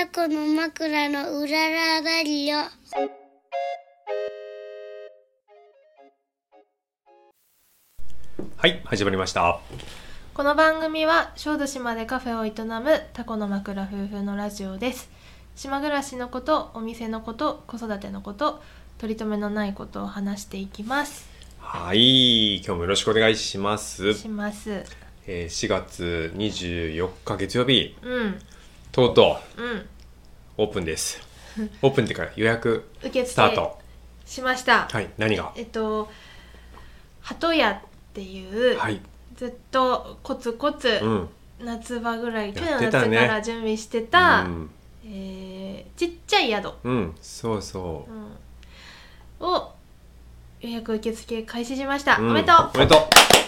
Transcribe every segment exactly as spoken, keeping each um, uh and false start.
タコの枕のうららだりよ。 はい、始まりました。 この番組は小豆島でカフェを営むタコの枕夫婦のラジオです。島暮らしのこと、お店のこと、子育てのこと、取り留めのないことを話していきます。 はい、今日もよろしくお願いします。 します。 えー、しがつにじゅうよっか月曜日、 うん、 とうとう、 うん、 オープンです。オープンっていうか予約受付スタートしました。 はい、何が？ えっと鳩屋っていう、はい、ずっとコツコツ、うん、夏場ぐらい、去年の夏から準備してた、うん、えー、ちっちゃい宿、 うん、そうそう、 うん、を予約受付開始しました、うん、おめでとうおめでとう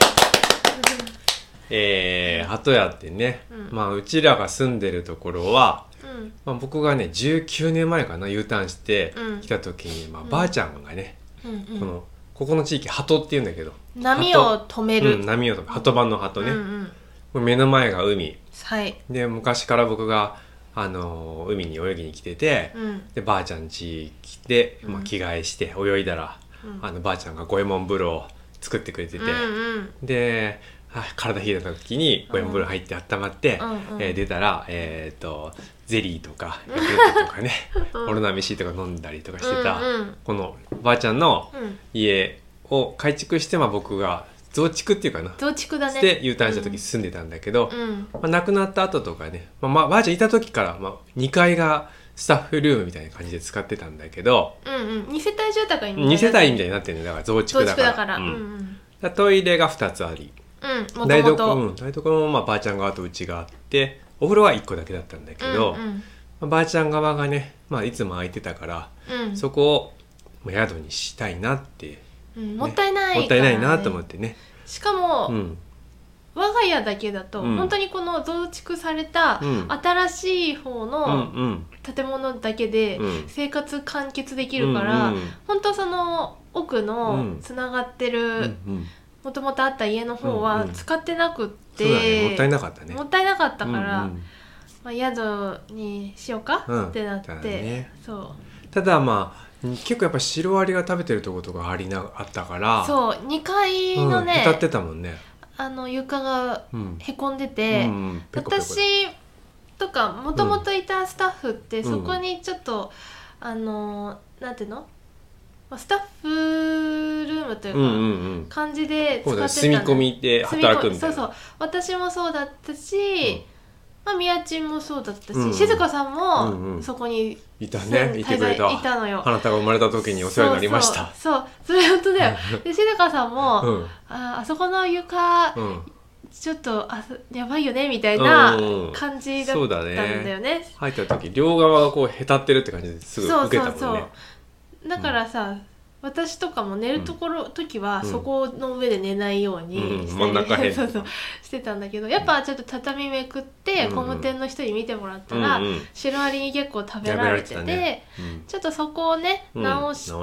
えー、鳩屋ってね、うん、まあうちらが住んでるところは、うんまあ、僕がねじゅうきゅうねんまえかな U ターンして来た時に、うんまあ、ばあちゃんがね、うんうん、このここの地域鳩って言うんだけど波を止める、 うん、波を止める鳩版の鳩ね、うんうん、目の前が海、はい、で昔から僕が、あのー、海に泳ぎに来てて、うん、でばあちゃん家来て、まあ、着替えして泳いだら、うん、あのばあちゃんが五右衛門風呂を作ってくれてて、うんうん、で体冷えた時に五右衛門風呂入って温まって、うんうんえー、出たら、えー、とゼリーとかヤクルトとかね、うん、オロナミン C とか飲んだりとかしてた、うんうん、このばあちゃんの家を改築して、まあ、僕が増築っていうかな増築だねして U ターンした時住んでたんだけど、うんまあ、亡くなった後とかね、まあまあ、ばあちゃんいた時から、まあ、にかいがスタッフルームみたいな感じで使ってたんだけど、 うんうん、に世帯住宅にに世帯みたいになってるんだから増築だから、 増築だから、うんうんうん、トイレがふたつあり、 うん、 台所、うん、台所もまあばあちゃん側とうちがあってお風呂はいっこだけだったんだけど、うんうんまあ、ばあちゃん側がね、まあ、いつも空いてたから、うん、そこを宿にしたいなって、 うん、もったいないから、ね、 もったいないなと思ってね。 しかも、うん、我が家だけだと、うん、本当にこの増築された新しい方の建物だけで生活完結できるから、うんうん、本当その奥のつながってる、うんうんもともとあった家の方は使ってなくって、 うんうんそうだね、もったいなかったねもったいなかったから、うんうんまあ、宿にしようか、うん、ってなって、ね、そうただまあ結構やっぱシロアリが食べてるとことがありなあったからそうにかいのね、 うん、へたってたもんねあの床がへこんでて、うんうんうん、ペコペコ私とかもともといたスタッフって、うん、そこにちょっとあのなんていうのスタッフルームというか感じで使ってた、ね、 住み込みで働くみたいなそうそう私もそうだったし、うんまあ、宮地もそうだったし、うん、静香さんもそこに、うんうん、 いたねいてくれたいたのよあなたが生まれた時にお世話になりましたそうそうそうそれ本当だよで静香さんも、うん、あ, あそこの床、うんちょっとあやばいよねみたいな感じだったんだよね、うん、 入った時両側がこうへたってるって感じですぐ受けたもんねそうそうそうだからさ、うん、私とかも寝るところ、うん、時はそこの上で寝ないようにして、 うん、真ん中そうそうしてたんだけどやっぱちょっと畳めくって工務店の人に見てもらったら、うんうん、シロアリに結構食べられてて、ねうん、ちょっとそこをね直して、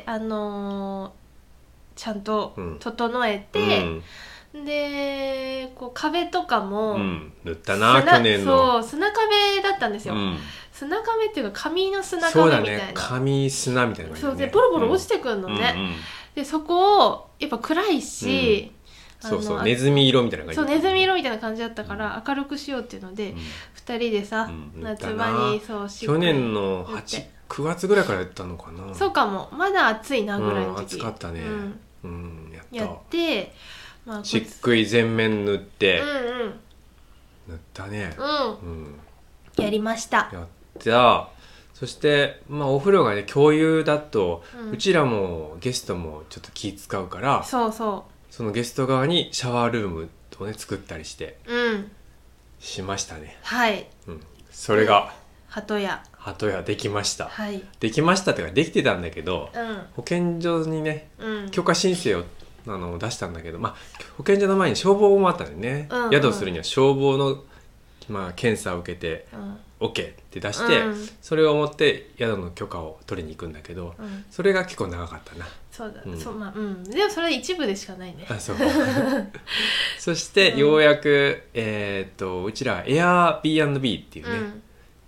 うん、あのー、ちゃんと整えて、うんでこう壁とかも、うん、 塗ったな去年のそう砂壁だったんですよ、うん、砂壁っていうか紙の砂壁みたいなそうだね紙砂みたいな感じ、 ね、そうでボロボロ落ちてくるのね、うんうんうん、でそこをやっぱ暗いし、 うん、そうそうネズミ色みたいな感じそうネズミ色みたいな感じだったから、うん、明るくしようっていうので、うん、ふたりでさ、うん、夏場にそう去年のはち、くがつぐらいからやったのかなそうかもまだ暑いなぐらいの時、 うん、暑かったね、うんうん、やったやってまあ、 漆喰全面塗って、 うんうん、 塗ったね、 うんうん、やりましたやったそして、まあ、お風呂がね共有だと、うん、うちらもゲストもちょっと気使うからそうそうそのゲスト側にシャワールームをね作ったりして、 うん、 しましたねはい、 うん、それが鳩屋鳩屋できました、 はい、 できましたっていうかできてたんだけど、うん、保健所にね、うん、許可申請をあの出したんだけど、まあ、保健所の前に消防もあったんでね、うんうん、宿をするには消防の、まあ、検査を受けて、うん、OK って出して、うん、それを持って宿の許可を取りに行くんだけど、うん、それが結構長かったなそうだ、うんそうまあうん、でもそれ一部でしかないねあそうそしてようやく、えー、っとうちら Airbnb っていうね、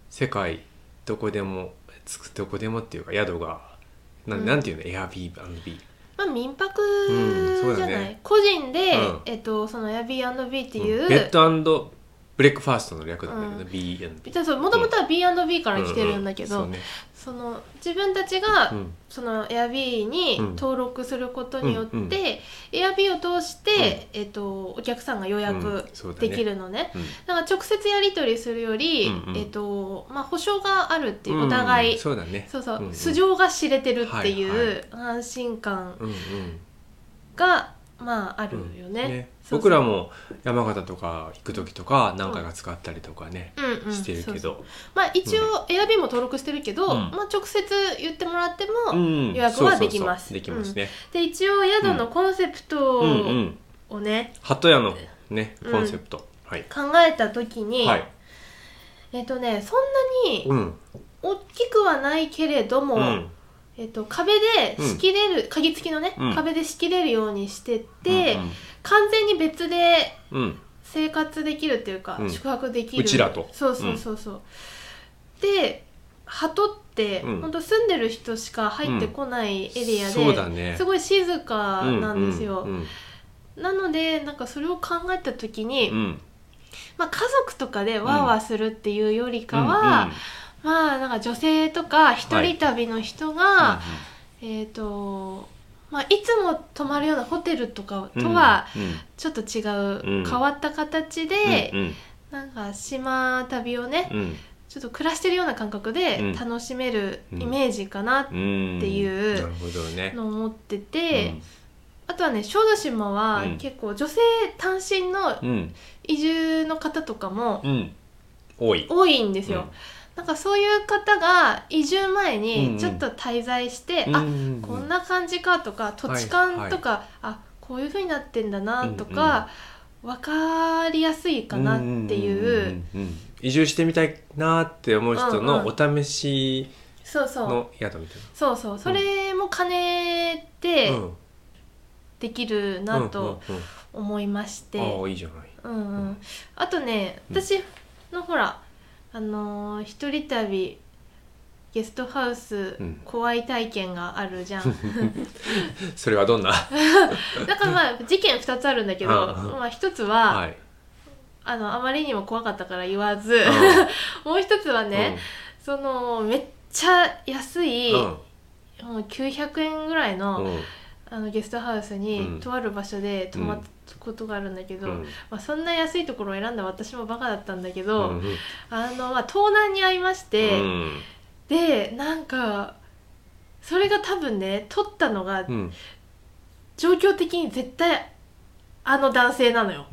世界どこでもつくどこでもっていうか宿がな、うん、なんていうの Airbnb、 まあ、民泊じゃない、うんね、個人で、うんえっと、その Airbnb っていう、 うん、ベッド&ブレックファーストの略なんだけど、うん、ビーアンドビーもともとは ビーアンドビー から来てるんだけど、 うんうんうん そ, ね、 その自分たちが、うん、その Airbnb に登録することによって、うんうん、Airbnb を通して、うんえっと、お客さんが予約できるのね、うんねうん、だから直接やり取りするより、うんうんえっとまあ、保証があるっていう、お互い、 うん、そうだね、 そうそう、 うんうん、 素性が知れてるっていう安心感が、はいはいまああるよね、うんねそうそう僕らも山形とか行く時とか何回か使ったりとかね、うん、してるけどそうそうまあ一応 Airbnb も登録してるけど、うんまあ、直接言ってもらっても予約はできますできますね、 うん、で一応宿のコンセプトをね、 うんうん、鳩屋のねコンセプト、 うんはい、考えた時に、はい、えっとねそんなに大きくはないけれども、うんえっと、壁で仕切れる、うん、鍵付きのね、うん、壁で仕切れるようにしてて、うんうん、完全に別で生活できるっていうか、うん、宿泊できるうちらとそうそうそうそう、うん、で鳩って、うん、本当住んでる人しか入ってこないエリアで、 そうだね、 すごい静かなんですよ、 うんうんうん、なのでなんかそれを考えた時に、うんまあ、家族とかでワーワーするっていうよりかは、うんうんまあなんか女性とか一人旅の人が、はいうんうん、えっ、ー、とまあいつも泊まるようなホテルとかとはちょっと違う、うん、変わった形で、うんうん、なんか島旅をね、うん、ちょっと暮らしてるような感覚で楽しめるイメージかなっていうのを思ってて、うん、あとはね小豆島は結構女性単身の移住の方とかも多い、 多いんですよ、うんなんかそういう方が移住前にちょっと滞在して、うんうん、あこんな感じかとか土地勘とか、はいはい、あこういう風になってんだなとか、うんうん、分かりやすいかなっていう、うんうんうん、移住してみたいなって思う人のお試しの宿みたいな、 そうそうそれも兼ねてできるなと思いまして、 うんうんうん、ああいいじゃない、 うんうん、あとね私のほらあのー、一人旅ゲストハウス、うん、怖い体験があるじゃんそれはどんなだからまあ事件ふたつあるんだけどまあ一つは、はい、あのあまりにも怖かったから言わずもう一つはね、うん、そのめっちゃ安い、うん、もうきゅうひゃくえんぐらいの、うんあのゲストハウスに、うん、とある場所で泊まったことがあるんだけど、うんまあ、そんな安いところを選んだ私もバカだったんだけど、うん、あのまあ、盗難に遭いまして、うん、でなんかそれが多分ね撮ったのが、うん、状況的に絶対あの男性なのよ、 うん、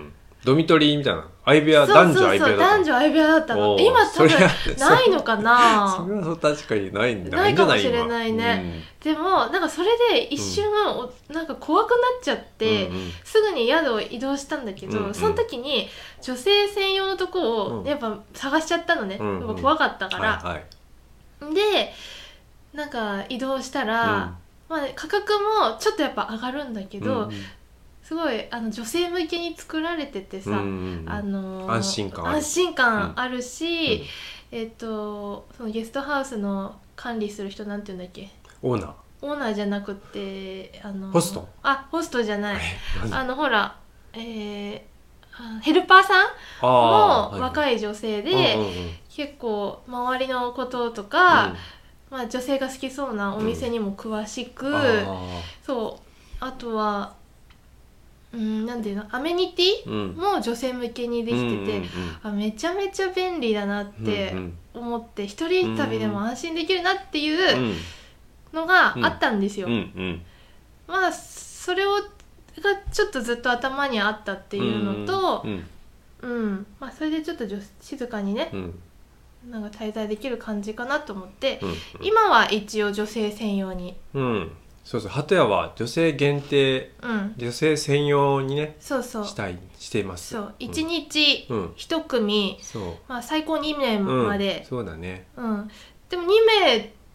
ドミトリーみたいな相部屋男女相部屋だった男女相部屋だったの今多分ないのかなそれは確かにないんだないかもしれないね、うん、でもなんかそれで一瞬、うん、なんか怖くなっちゃって、うんうん、すぐに宿を移動したんだけど、うんうん、その時に女性専用のとこをやっぱ探しちゃったのね、うんうん、やっぱ怖かったから、はいはい、でなんか移動したら、うんまあ、価格もちょっとやっぱ上がるんだけど、うんうんすごいあの女性向けに作られててさ、うんうんうんあのー、 安心感ある安心感あるし、うんえー、とそのゲストハウスの管理する人なんていうんだっけオーナーオーナーじゃなくてあのー、 ホストあホストじゃないあのほら、えー、ヘルパーさんも若い女性で、はいはい、結構周りのこととか、うんまあ、女性が好きそうなお店にも詳しく、うん、あそうあとはうん、なんていうのアメニティも女性向けにできてて、うんうんうん、あめちゃめちゃ便利だなって思って、うんうん、一人旅でも安心できるなっていうのがあったんですよ、うんうんうん、まあそれをがちょっとずっと頭にあったっていうのと、うんうんうんまあ、それでちょっと静かにね、うん、なんか滞在できる感じかなと思って、うんうん、今は一応女性専用に、 うんそうそう鳩屋は女性限定、うん、女性専用にねそうそうしたいしていますそう、うん、いちにちひと組、うんまあ、最高にめいまで、 うん、そうだね、 うん、でもにめい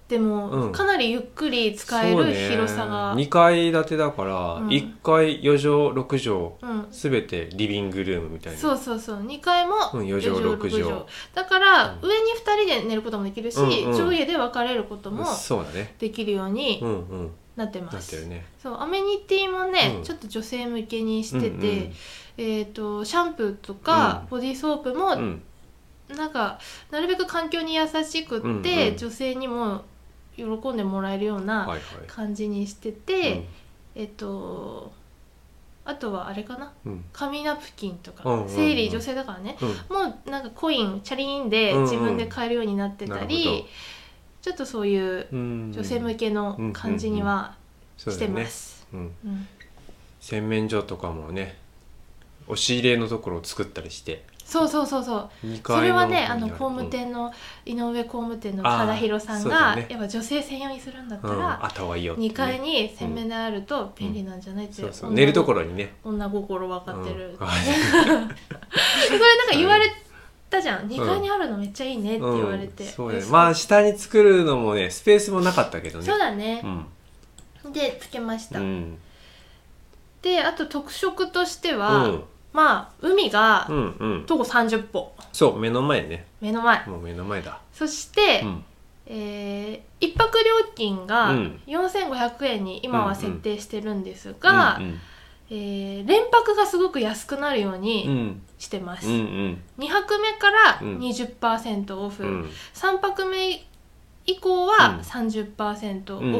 でも、うん、かなりゆっくり使える広さが、 ね、にかい建てだから、うん、いっかいよ畳ろく畳、うん、全てリビングルームみたいな。 そうそうそう、にかいもよ畳ろく畳、だから、うん、上にふたりで寝ることもできるし、うんうん、上下で分かれることもできるようになってます。そう、アメニティもね、うん、ちょっと女性向けにしてて、うんうん、えーと、シャンプーとかボディーソープも、うん、なんかなるべく環境に優しくって、うんうん、女性にも喜んでもらえるような感じにしてて、はいはい、うん、えっとあとはあれかな、うん、紙ナプキンとか、うんうんうん、生理女性だからね、うん、もうなんかコインチャリーンで自分で買えるようになってたり、うんうん、ちょっとそういう女性向けの感じにはしてます。 洗面所とかもね、押し入れのところを作ったりして、 そうそうそうそう、それはね、あの工務店の井上工務店の忠弘さんが、ね、やっぱ女性専用にするんだったら、うん、 あった方がいいよって、ね、 にかいに洗面台あると便利なんじゃないって、 うん、そうそう、寝るところにね、 女心分かってる、うん、それなんか言われたじゃん、にかいにあるのめっちゃいいねって言われて、うんうん、 そうね、まあ下に作るのもね、スペースもなかったけどね。 そうだね、うん、でつけました、うん、であと特色としては、うん、まあ海が徒歩さんじゅっぽ、うんうん、 そう目の前ね、 目の前、 もう目の前だ。 そして、うん、えー、一泊料金がよんせんごひゃくえんに今は設定してるんですが、うんうん、えー、連泊がすごく安くなるようにしてます、うんうん、にはくめから にじゅっパーセント オフ、うん、さんぱくめ以降は さんじゅっパーセント オフ、うんうん、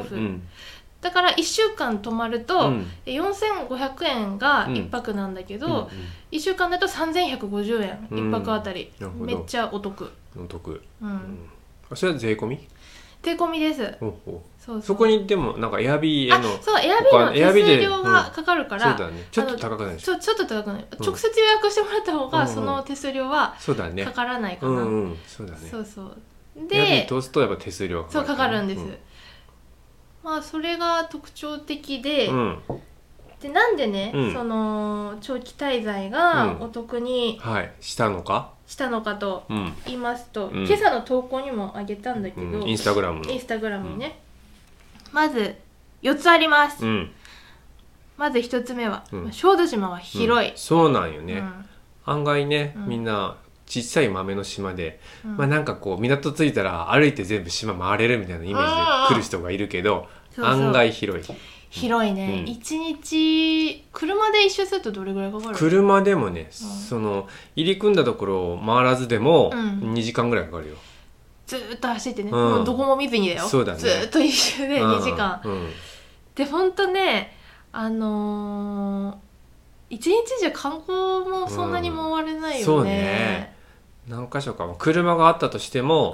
だからいっしゅうかん泊まると、うん、よんせんごひゃくえんがいっぱくなんだけど、うんうん、いっしゅうかんだとさんぜんひゃくごじゅうえん、うん、いっぱくあたり、めっちゃお得。 お得、うんうん、それは税込み？ 税込みです。 ほうほう、そうそう、そこにでもなんかエアビーへの、 あ、そう、エアビーの手数料がかかるから、 うん、そうだね、ちょっと高くないでしょ。 ちょっと高くない、うん、直接予約してもらった方がその手数料はかからないかな、うんうん、 そうだね、 そうそうで、エアビー通すとやっぱ手数料がかかる、 そうかかるんです、うん、まあそれが特徴的で、うん、でなんでね、うん、その長期滞在がお得に、 うん、はい、したのかしたのかと言いますと、うん、今朝の投稿にもあげたんだけど、うん、 インスタグラムのインスタグラムにね、うん、まずよっつあります、うん、まずひとつめは、うん、小豆島は広い、うん、 そうなんよね、うん、案外ね、みんな小さい豆の島で、うん、まあなんかこう港着いたら歩いて全部島回れるみたいなイメージで来る人がいるけど、そうそう、案外広い広いね、うん、いちにち車で一周するとどれぐらいかかる？ 車でもね、うん、その入り組んだところを回らずでもにじかんぐらいかかるよ、うん、 ずーっと走ってね、うん、もうどこも見ずにだよ、そうだね、ずーっと一周でにじかん、うんうん、でほんとね、あのー、いちにちじゃ観光もそんなに回れないよね、うん、そうね、 何箇所か車があったとしても、うん、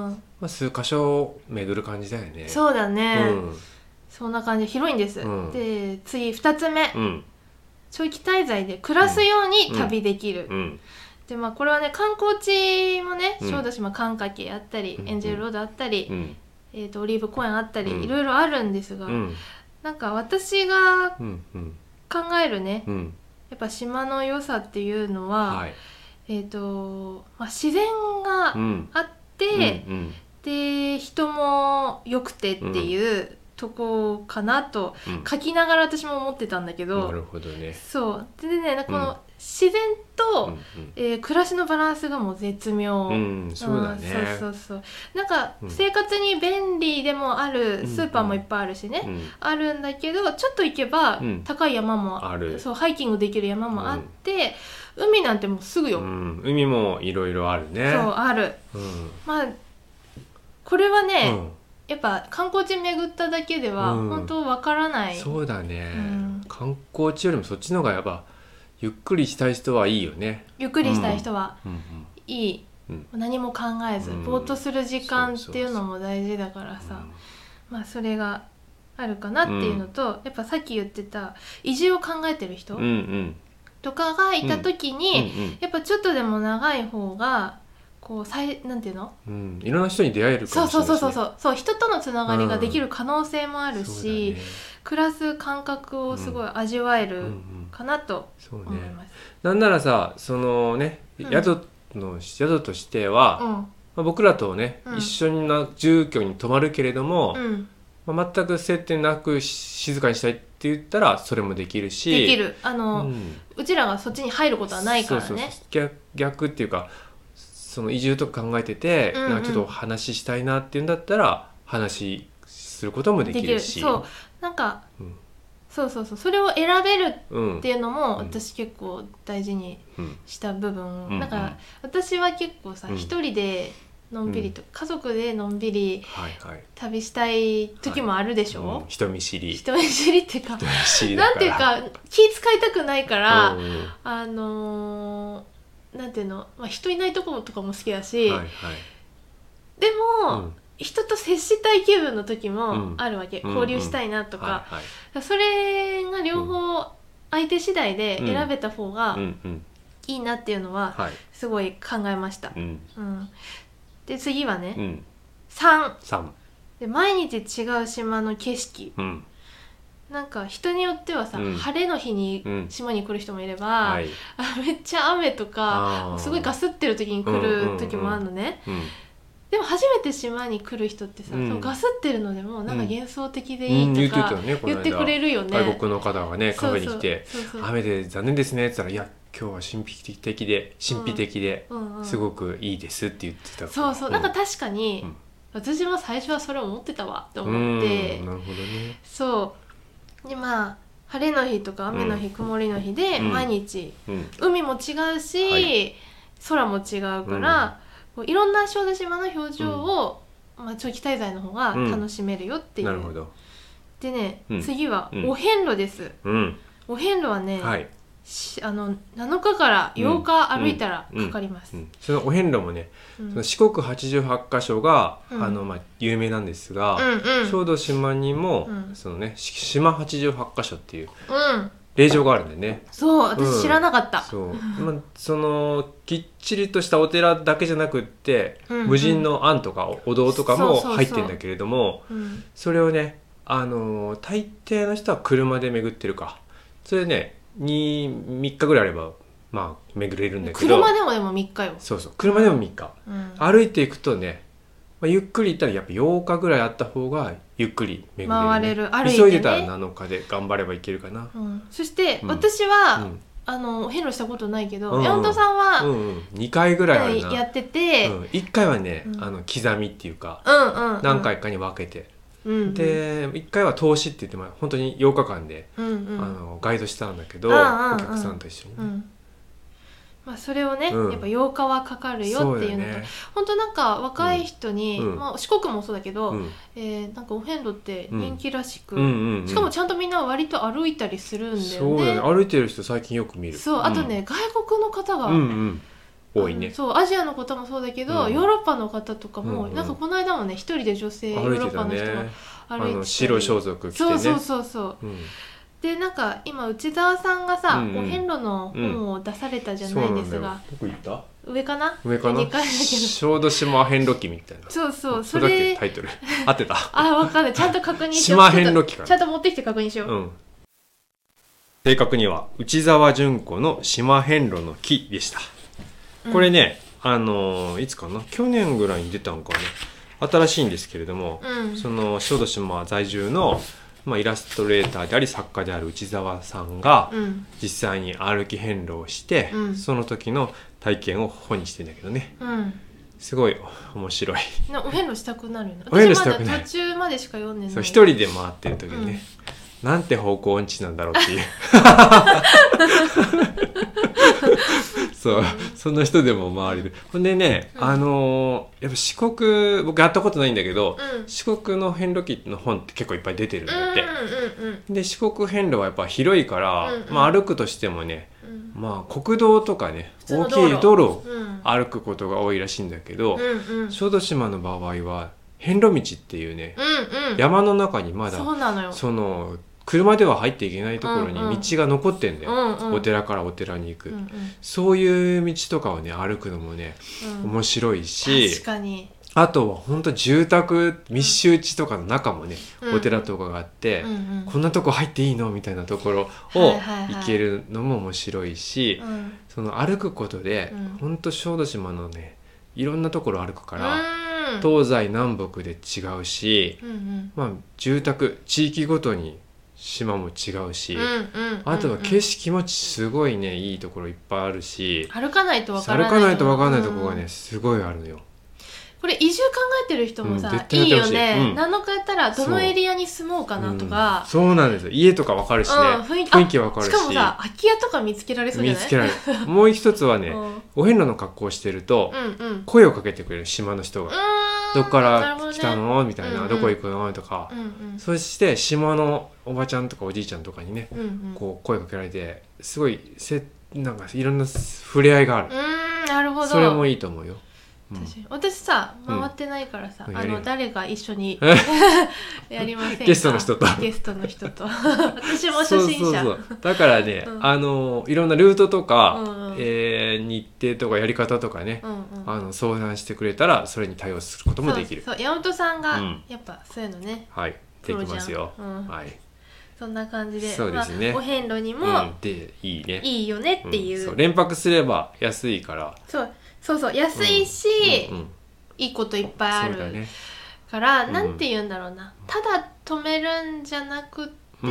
まあ、数箇所巡る感じだよね。 そうだね、うん、そんな感じ、広いんです、うん、で次ふたつめ、うん、長期滞在で暮らすように旅できる、うんうん、でまあこれはね、観光地もね、小豆島寒霞渓あったり、うん、エンジェルロードあったり、うん、えーと、オリーブ公園あったり、うん、いろいろあるんですが、うん、なんか私が考えるね、うん、やっぱ島の良さっていうのは、はい、えーとまあ、自然があって、うんうんうん、で人も良くてっていう、うん、とこかなと書きながら私も思ってたんだけど、うん、なるほどね。そうでね、この自然と、うんうん、えー、暮らしのバランスがもう絶妙、うん、そうだね、うん、そうそうそう、なんか生活に便利でもある、うん、スーパーもいっぱいあるしね、うん、あるんだけどちょっと行けば、うん、高い山もある、そうハイキングできる山もあって、うん、海なんてもうすぐよ、うん、 海もいろいろあるね、 そうある、うん、まあこれはね、うん、やっぱ観光地巡っただけでは本当わからない、 うん、そうだね、うん、観光地よりもそっちの方がやっぱゆっくりしたい人はいいよね。 ゆっくりしたい人は、うん、いい、うん、何も考えず、うん、ぼーっとする時間っていうのも大事だからさ、うん、まあそれがあるかなっていうのと、うん、やっぱさっき言ってた移住を考えてる人、うんうん、とかがいた時に、うんうんうん、やっぱちょっとでも長い方がこうさいなんていうの、 うん、いろんな人に出会えるかもしれないし、ね、 そうそうそうそうそう、人とのつながりができる可能性もあるし、うんね、暮らす感覚をすごい味わえるかなと思います、うんうんうん、そうね、 なんならさ、そのね、うん、宿の宿としては、 まあ、僕らとね、 うん、 一緒な住居に泊まるけれども、 うんまあ、全く接点なく静かにしたいって言ったらそれもできるし、 できるあの、 うん、 うちらがそっちに入ることはないからね。 そうそうそう、逆、逆っていうかその移住とか考えてて、うんうん、なんかちょっと話したいなっていうんだったら話することもできるし、 できる。そうなんか、うん、そうそうそうそれを選べるっていうのも私結構大事にした部分、うん、なんか私は結構さ、うん、一人でのんびりと、うん、家族でのんびり旅したい時もあるでしょ、はいはい、うん、 人見知り人見知りっていうかなんていうか気使いたくないから、うん、あのー、なんていうの、まあ、人いないところとかも好きだし、はいはい、でも、うん、人と接したい気分の時もあるわけ、うん、交流したいなとか、うんうんはいはい、それが両方相手次第で選べた方がいいなっていうのはすごい考えました、うんうん、で次はね、うん、さん, さんで毎日違う島の景色、うん、なんか人によってはさ、うん、晴れの日に島に来る人もいれば、うんはい、あめっちゃ雨とかすごいガスってる時に来る時もあるのね、うんうんうんうん、でも初めて島に来る人ってさ、うん、そのガスってるのでもなんか幻想的でいいとか、うんうん、言ってたよね、言ってくれるよね。 外国の方がねカフェに来てそうそうそうそう雨で残念ですねって言ったら、いや今日は神秘的で神秘的で、うんうん、すごくいいですって言ってたから、 そうそう、なんか確かに、うん、私も最初はそれを思ってたわって思って、 なるほどね。 そうでまあ晴れの日とか雨の日、うん、曇りの日で毎日、うん、海も違うし、はい、空も違うから、うん、いろんな小豆島の表情を、うんまあ、長期滞在の方が楽しめるよっていう、うん、なるほど。でね、うん、次はお遍路です、うん、お遍路はね、はい、あのなのかからようか歩いたらかかります、 うんうんうん、そのお遍路もね、うん、その四国はちじゅうはっかしょが、うんあのまあ、有名なんですが、うんうん、小豆島にも、うん、そのね、島はちじゅうはっかしょっていう、うん霊場があるんでね。 そう私知らなかった、うん、 そう、まあ、そのきっちりとしたお寺だけじゃなくって、うんうん、無人の庵とかお堂とかも入ってるんだけれども、そうそうそう、うん、それをね、あのー、大抵の人は車で巡ってるか、それねにみっかぐらいあればまあ巡れるんだけど、 車でもでもみっかよ。 そうそう車でもみっか、うん、歩いていくとね、まあ、ゆっくり行ったらやっぱようかぐらいあった方がゆっくり巡れる、ね、 回れる、歩いてね、 急いでたらなのかで頑張ればいけるかな、 うん、そして、うん、私は、うん、あの遍路したことないけど、うんうん、山本さんは、 うんうん、にかいぐらいあるな、 やってて、うん、 いっかいはね、うん、あの刻みっていうか、 うんうんうん、 何回かに分けて、うんうん、でいっかいは投資って言っても本当にようかかんで、うんうん、あのガイドしたんだけど、うんうんうん、お客さんと一緒にね、うんまあ、それをね、うん、やっぱようかはかかるよっていうのと、ね、本当なんか若い人に、うんまあ、四国もそうだけど、うんえー、なんかお遍路って人気らしく、うんうんうん、しかもちゃんとみんな割と歩いたりするんだよね。 そうだね、歩いてる人最近よく見る。 そうあとね、うん、外国の方が、うんうん多いね、 そうアジアの方もそうだけど、うん、ヨーロッパの方とかも、うんうん、なんかこの間もね一人で女性ヨーロッパの人が歩いてたり、あの白装束着てね、 そうそうそうそう、うんでなんか今内澤さんがさ、うんうん、お遍路の本を出されたじゃないですが、 どこ行った？ 上かな？ 上かな？にかいだけど小豆島遍路記みたいな。 そうそうそれだっけタイトル合ってた？ あ分かんない、ちゃんと確認しよう。島遍路記かな、 ちゃんと持ってきて確認しよう、うん、 正確には内澤純子の島遍路の記でした。これね、うん、あのいつかな、去年ぐらいに出たのかな、新しいんですけれども、うん、その小豆島在住のまあ、イラストレーターであり作家である内澤さんが実際に歩き遍路をして、うん、その時の体験を本にしてんだけどね、うん、すごい面白い。 お遍路したくなるよね。 お遍路したくなる。 私まだ途中までしか読んでない。 そう一人で回ってる時にね、うん、なんて方向音痴なんだろうっていうそう、そんな人でも回れる。ほんでね、うん、あのー、やっぱ四国僕やったことないんだけど、うん、四国の遍路記の本って結構いっぱい出てるんだって、うんうんうん、で四国遍路はやっぱ広いから、うんうん、まあ、歩くとしてもね、うん、まあ、国道とかね大きい道路を歩くことが多いらしいんだけど、うんうん、小豆島の場合は遍路道っていうね、うんうん、山の中にまだそうなのよ、 その車では入っていけないところに道が残ってんだよ、うんうん、お寺からお寺に行く、うんうん、そういう道とかをね歩くのもね、うん、面白いし、 確かにあとは本当住宅密集地とかの中もね、うん、お寺とかがあって、うんうん、こんなとこ入っていいのみたいなところを行けるのも面白いし、はいはいはい、その歩くことで、うん、本当小豆島のねいろんなところ歩くから、東西南北で違うし、 うんうん、 まあ住宅地域ごとに島も違うし、うんうんうんうん、あとは景色もすごいねいいところいっぱいあるし、 歩かないとわからない歩かないとわからないところがね、うん、すごいあるのよ。 これ移住考えてる人もさ、うん、いいよね、うん、何のかやったらどのエリアに住もうかなとか、 そう、うん、そうなんですよ。家とかわかるしね、うん、雰囲気、雰囲気わかるし、 しかもさ空き家とか見つけられそうじゃない？ 見つけられる。もう一つはね、うん、お遍路の格好をしてると、うんうん、声をかけてくれる島の人が、どっから来たの、ね、みたいな、うんうん、どこ行くのとか、うんうん、そして島のおばちゃんとかおじいちゃんとかにね、うんうん、こう声かけられて、すごいせなんかいろんな触れ合いがある。 うん、なるほど。 それもいいと思うよ。 うん、私さ回ってないからさ、うん、あの誰が一緒にやりませんか？ ゲストの人とゲストの人と私も初心者。そうそうそう、だからね、うん、あのいろんなルートとか、うんうん、えー、日程とかやり方とかね、うんうん、あの相談してくれたらそれに対応することもできる。 そうそう、山本さんが、うん、やっぱそういうのね、 はい、できますよ、うん、はい、 そんな感じで、 そうですね、 まあ、お遍路にも、 うん、でいいね、 いいよねっていう、うん、 そう連泊すれば安いから、 そうそうそう、安いし、うんうんうん、いいこといっぱいあるから、ね、なんて言うんだろうな、ただ止めるんじゃなくって、うんうん、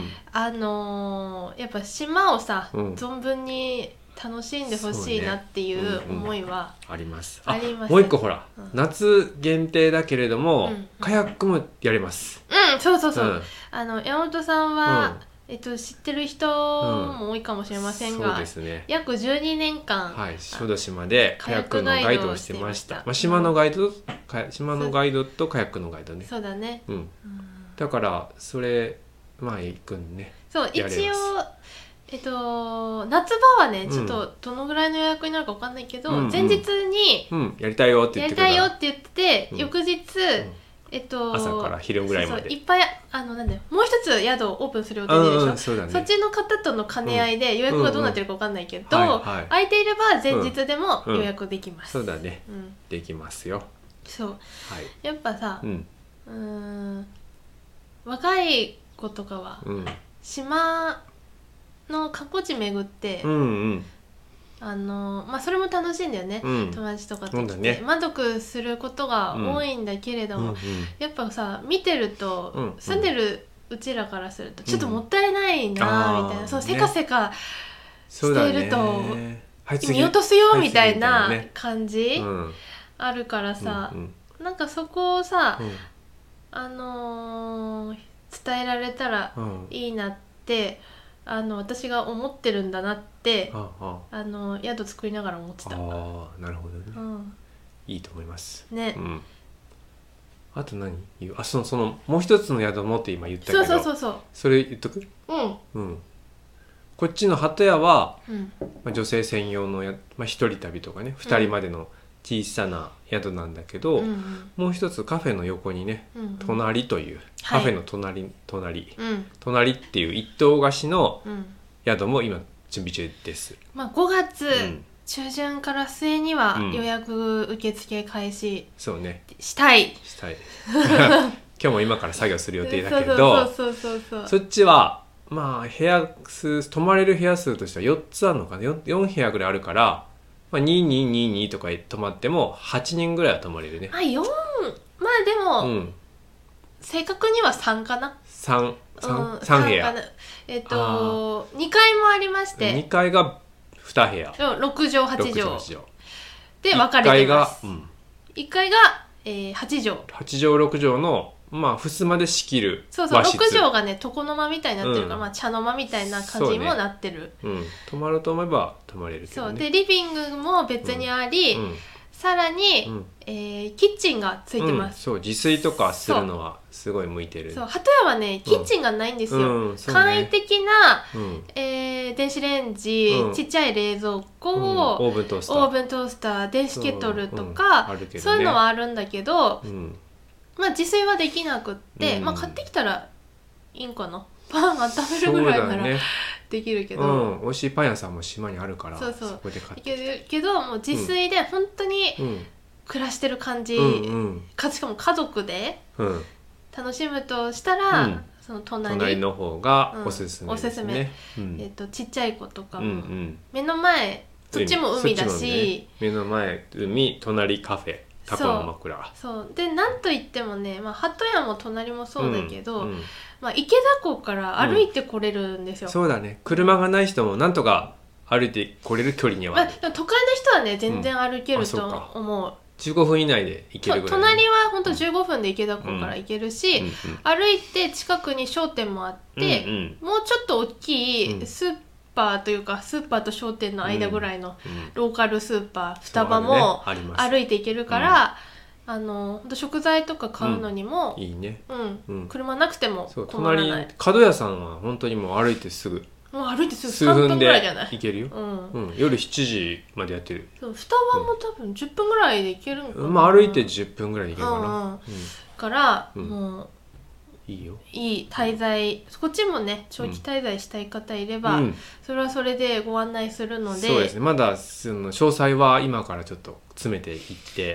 あのー、やっぱ島をさ、うん、存分に楽しんでほしいなっていう思いは、 ね、うんうん、あります。 あります。 もう一個ほら、うん、夏限定だけれども、うん、カヤックもやります。 うん、そうそうそう、うん、あの山本さんは、うん、えっと、知ってる人も多いかもしれませんが、うん、そうですね、約じゅうにねんかん、 はい、小豆島でカヤックのガイドをしてました。まあ、島のガイド、島のガイドとカヤックのガイドね。 そうだね、 うんうん、だからそれまあ行くんね。 そう一応えっと夏場はねちょっとどのぐらいの予約になるか分かんないけど、うん、前日に、 うん、やりたいよって言ってくれた。 やりたいよって言って、うん、翌日、うんえっと、 朝から昼ぐらいまでそうそういっぱいあのなんだよもう一つ宿をオープンする予定でしょ、うんうん、 そ, うだね、そっちの方との兼ね合いで予約がどうなってるか分かんないけど、うんうんはいはい、空いていれば前日でも予約できます、 うんうん、そうだね、うん、できますよ。 そう、はい、やっぱさ、うん、うーん若い子とかは、うん、島の観光地巡って、うんうんあのまあ、それも楽しいんだよね、うん、友達とかと来て、ね、満足することが多いんだけれども、うんうんうん、やっぱさ見てると、うんうん、住んでるうちらからするとちょっともったいないなみたいな、うん、そうせかせかしてると、ね、見落とすよみたいな感じ、うん、あるからさ、うんうん、なんかそこをさ、うん、あのー、伝えられたらいいなって、うんあの私が思ってるんだなってあああの宿作りながら思ってた。ああなるほどね、うん、いいと思いますね、 うん、あと何言うあそのそのもう一つの宿もって今言ったけどそうそうそうそうそれ言っとくうん、 うん、こっちの鳩屋は、うんまあ、女性専用のや、まあ、一人旅とかねふたりまでの小さな宿なんだけど、うんうん、もう一つカフェの横にね、うんうん、隣という、はい、カフェの隣隣、うん、隣っていう一棟貸しの宿も今準備中です、 まあ、ごがつ中旬から末には予約受付開始したい、 うん、したい今日も今から作業する予定だけどそっちはまあ部屋数泊まれる部屋数としてはよっつあるのかな 4, よん部屋ぐらいあるからまあ、にーにーにーにーとか泊まってもはちにんぐらいは泊まれるね。 あ、よんまあでも、うん、正確にはさんかな。 さん、さん、うん、さん部屋。 えっとにかいもありましてにかいがに部屋ろくじょうはちじょうで分かれてます。いっかいが、うん、いっかいが、えー、はちじょうはちじょうろくじょうのまあ襖で仕切るそうそうろくじょうがね床の間みたいになってるから、うんまあ、茶の間みたいな感じにもなってるう、ねうん、泊まろうと思えば泊まれるけど、ね、 そうでリビングも別にあり、うんうん、さらに、うんえー、キッチンがついてます、 うん、そう自炊とかするのはすごい向いてるそう鳩屋はねキッチンがないんですよ、うんうんね、簡易的な、うんえー、電子レンジ、うん、ちっちゃい冷蔵庫、うん、オーブントースターオーブントースター電子ケトルとか、うんうんね、そういうのはあるんだけど、うんまあ自炊はできなくって、うんまあ、買ってきたらいいんかなパン温めるぐらいなら、ね、できるけど、 うん、美味しいパン屋さんも島にあるからそうそうそこで買ってけど、けどもう自炊で本当に暮らしてる感じ、うんうん、かしかも家族で楽しむとしたら、うん、その 隣, 隣の方がおすすめですね、 うん、おすすめ、うんえー、とちっちゃい子とかも、うんうん、目の前そっちも海だし、 ね、目の前海、隣カフェ、タコの枕。 そうで、なんといってもね、まあ、鳩屋も隣もそうだけど、 うんうん、 まあ、池田港から歩いてこれるんですよ、 うん、そうだね。車がない人もなんとか歩いてこれる距離には、 まあ、でも都会の人はね全然歩けると思う、うん、 じゅうごふん以内で行けるぐらい、ね、 隣はほんとじゅうごふんで池田港から行けるし、うんうんうん、歩いて近くに商店もあって、うんうん、もうちょっと大きいスーパーというか、スーパーと商店の間ぐらいのローカルスーパー、双葉も歩いて行けるから、あの食材とか買うのにも、 うん、いいね、 うんうん、車なくても困らない。角屋さんは本当にもう歩いてすぐ、 もう歩いてすぐ数分で行けるよ、 うんうん、夜しちじまでやってる。 そう、双葉も多分じゅっぷんぐらいで行けるんかな、 うん、まあ歩いてじゅっぷんぐらいで行けるかな、 うんうん、から、 うん、 もういいよ、 いい滞在、こっちもね長期滞在したい方いれば、うん、それはそれでご案内するので、 そうですね、まだその詳細は今からちょっと詰めていって、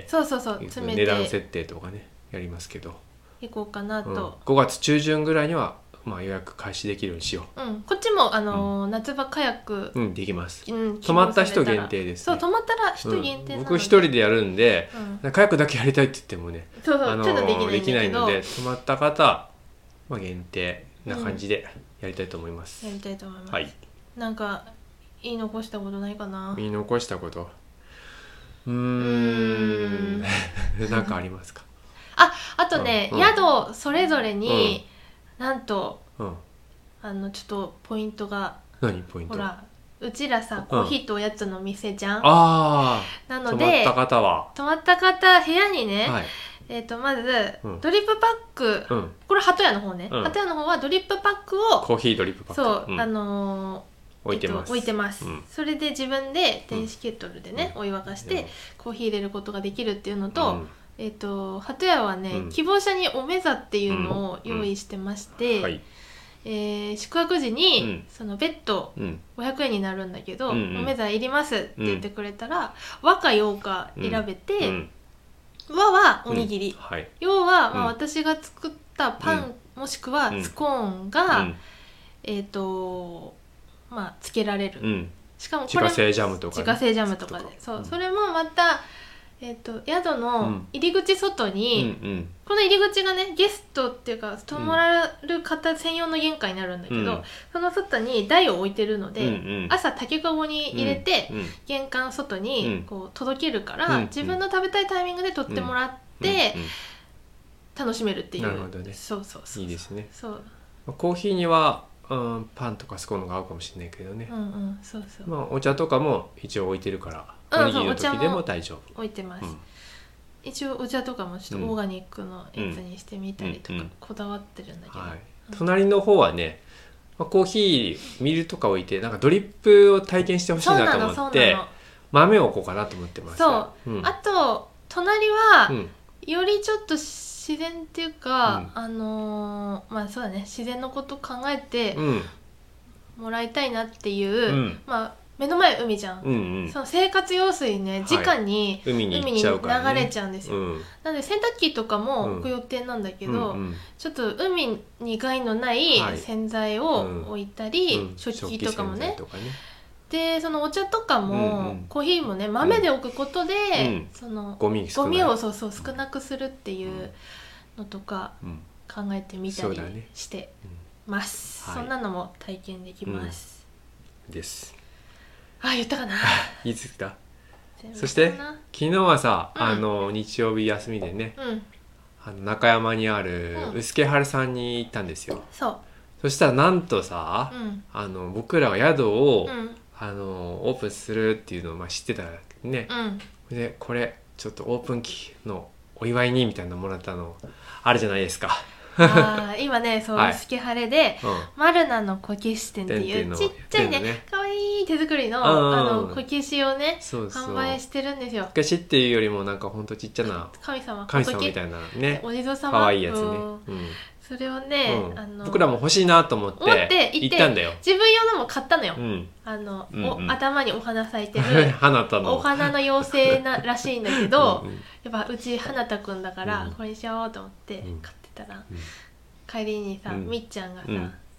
そうそうそう、詰めて値段設定とかねやりますけど、 行こうかなと、うん、 ごがつ中旬ぐらいにはまあ予約開始できるようにしよう、うん、こっちも、あのーうん、夏場カヤック、 うん、できます、 うん、 泊まった人限定です、ね、 そう、泊まったら人限定なので、うん、 僕一人でやるんで、うん、カヤックだけやりたいって言ってもね、 そうそう、 あのー、 ちょっとできないんだけど、 できないので、泊まった方、まあ、限定な感じでやりたいと思います、 うん、やりたいと思います、 はい、 なんか言い残したことないかな。 言い残したことうーんなんかありますか？ あ、あとね、 うん、 宿それぞれに、うん、なんと、 うん、 あのちょっとポイントが、 何ポイント？ ほら、うちらさ、コーヒーとおやつの店じゃん、うん、 あなので泊まった方は泊まった方部屋にね、 はい、 えー、とまず、うん、ドリップパック、 うん、 これ鳩屋の方ね、 うん、 鳩屋の方はドリップパックをコーヒードリップパック、 そう、 うん、 あのー置いてます、 えっと、置いてます、うん、それで自分で電子ケトルでね、うん、お湯沸かして、うん、コーヒー入れることができるっていうのと、うん、えっと鳩屋はね、うん、希望者におめざっていうのを用意してまして、うんはい、えー、宿泊時に、うん、そのベッドごひゃくえんになるんだけど、うん、おめざいりますって言ってくれたら、うん、和か洋か選べて、うんうん、和はおにぎり、うんはい、洋は、まあ、私が作ったパン、うん、もしくはスコーンが、うん、えっとまあつけられる、うん、しかもこれ自家製ジャムとか、ね、 自家製ジャムとかで、そう、うん、それもまた、えー、と宿の入り口外に、うんうん、この入り口がねゲストっていうか泊まられる方専用の玄関になるんだけど、うん、その外に台を置いてるので、うんうん、朝竹かごに入れて、うんうん、玄関外にこう届けるから、うん、自分の食べたいタイミングで取ってもらって、うんうんうん、楽しめるっていう。 なるほどね。 そうそうそう、 いいですね。 そう、 コーヒーにはうん、パンとかスコーンが合うかもしれないけどね、 うんうん、そうそう、 まあ、お茶とかも一応置いてるから、 うん、 おにぎりの時でも大丈夫、 置いてます、うん、一応お茶とかもちょっとオーガニックのやつにしてみたりとか、うん、こだわってるんだけど、はい、 うん、隣の方はね、まあ、コーヒーミルとか置いてなんかドリップを体験してほしいなと思って豆を置こうかなと思ってます。 そう、うん、あと隣は、うん、よりちょっと自然っていうか、うん、あのー、まあそうだね、自然のこと考えてもらいたいなっていう、うん、まあ目の前海じゃん、うんうん、その生活用水ね、直に海に流れちゃうんですよ、うん、なので洗濯機とかも置く予定なんだけど、うんうん、ちょっと海に害のない洗剤を置いたり、はい、うん、食器とかもね、でそのお茶とかも、うんうん、コーヒーもね豆で置くことで、うん、そのゴミゴミをそうそう少なくするっていうのとか考えてみたりしてます、うん、そんなのも体験できます、 うん、です。 あ、言ったかな言いついた。そして昨日はさ、うん、あの日曜日休みでね、うん、あの中山にある臼毛春さんに行ったんですよ、うん、そうそしたらなんとさ、うん、あの僕らが宿を、うん、あのオープンするっていうのをまあ知ってたね、うん、でこれちょっとオープン期のお祝いにみたいなのもらったのあるじゃないですか。 あ今ね、そう、臼毛晴れで、うん、マルナのこけし店っていうちっちゃいね、ねかわいい手作りの、あのこけしをね、そうそう販売してるんですよ。こけしっていうよりもなんかほんとちっちゃな神様神様みたいなね、 お地蔵様、 かわいいやつね、うん、 それをね、 うん、あの僕らも欲しいなと思って行ったんだよ。 自分用のも買ったのよ、うん、あの、うんうん、お頭にお花咲いてる花田のお花の妖精ならしいんだけどうん、うん、やっぱうち花田くんだから、うん、これにしようと思って買ってたら、うん、帰りにさ、うん、みっちゃんがさ、うん、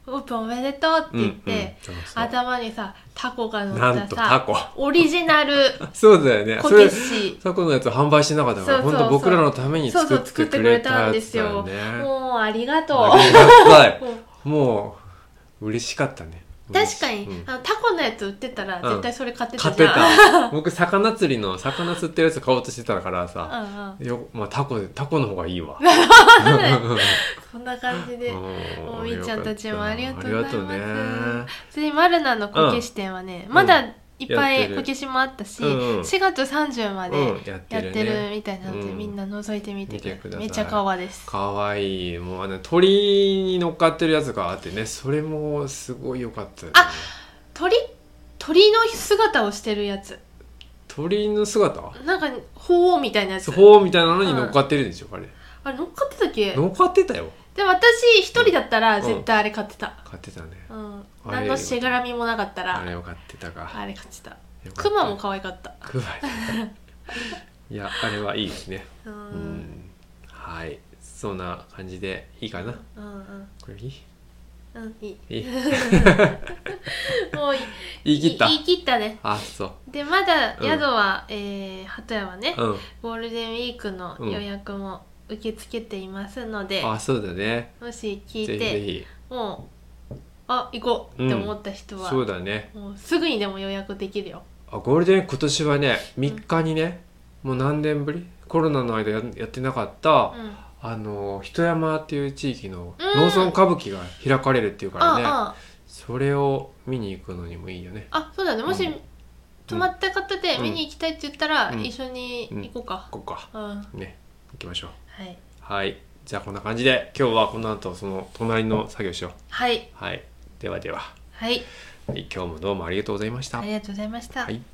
オープンおめでとうって言って、うんうん、そうそう頭にさタコが乗ったさオリジナルそうだよね、 こけしタコのやつ販売してなかったから本当僕らのために作ってくれたやつだよね。 もうありがとう、 ありがたいもう嬉しかったね。 確かに、うん、あのタコのやつ売ってたら絶対それ買ってたじゃん、うん、買ってた僕魚釣りの魚釣ってるやつ買おうとしてたからさ、うんうんよまあ、タコタコの方がいいわそんな感じでもうみーちゃんたちもありがとうございます。 ありがとうね。 次マルナのこけし店はね、うん、まだいっぱいこけしもあったし、うんうん、しがつさんじゅうまでやってるみたいなので、うん、みんな覗いてみてください。めっちゃ可愛いです。 可愛いもうあの鳥に乗っかってるやつがあってね、それもすごい良かったよね。 あ、鳥鳥の姿をしてるやつ。 鳥の姿？ なんか鳳凰みたいなやつ。 鳳凰みたいなのに乗っかってるでしょ、うん、あれ。 あれ乗っかってたっけ？ 乗っかってたよ。 でも私一人だったら絶対あれ買ってた。 うん、買ってたね。 うん。何のしがらみもなかったらあれを買ってたか。 あれ買ってた。クマも可愛かった。 クマいやあれはいいですね。うん、うん、はいそんな感じでいいかな。うんうん、これいい？ うんいい。 いいもう言い切った。 言い切ったね。 あそう。 でまだ宿は、うん、えー、鳩屋はね、うん、ゴールデンウィークの予約も受け付けていますので、 うん、あそうだね。 もし聞いてぜひぜひもうあ行こうって思った人は、 うん、そうだね。 もうすぐにでも予約できるよ。 あゴールデンウィーク今年はねみっかにね、うん、もう何年ぶりコロナの間 や, やってなかった、うん、あの人山っていう地域の農村歌舞伎が開かれるっていうからね、うん、ああそれを見に行くのにもいいよね。 あそうだね、もし、うん、泊まった方で見に行きたいって言ったら、うん、一緒に行こうか、 うん、行こうか、うん、ね行きましょう。 はい、 はい、じゃあこんな感じで今日はこの後その隣の作業しよう。 はい、 はい、ではでは、 はい、 はい、今日もどうもありがとうございました。 ありがとうございました。 はい。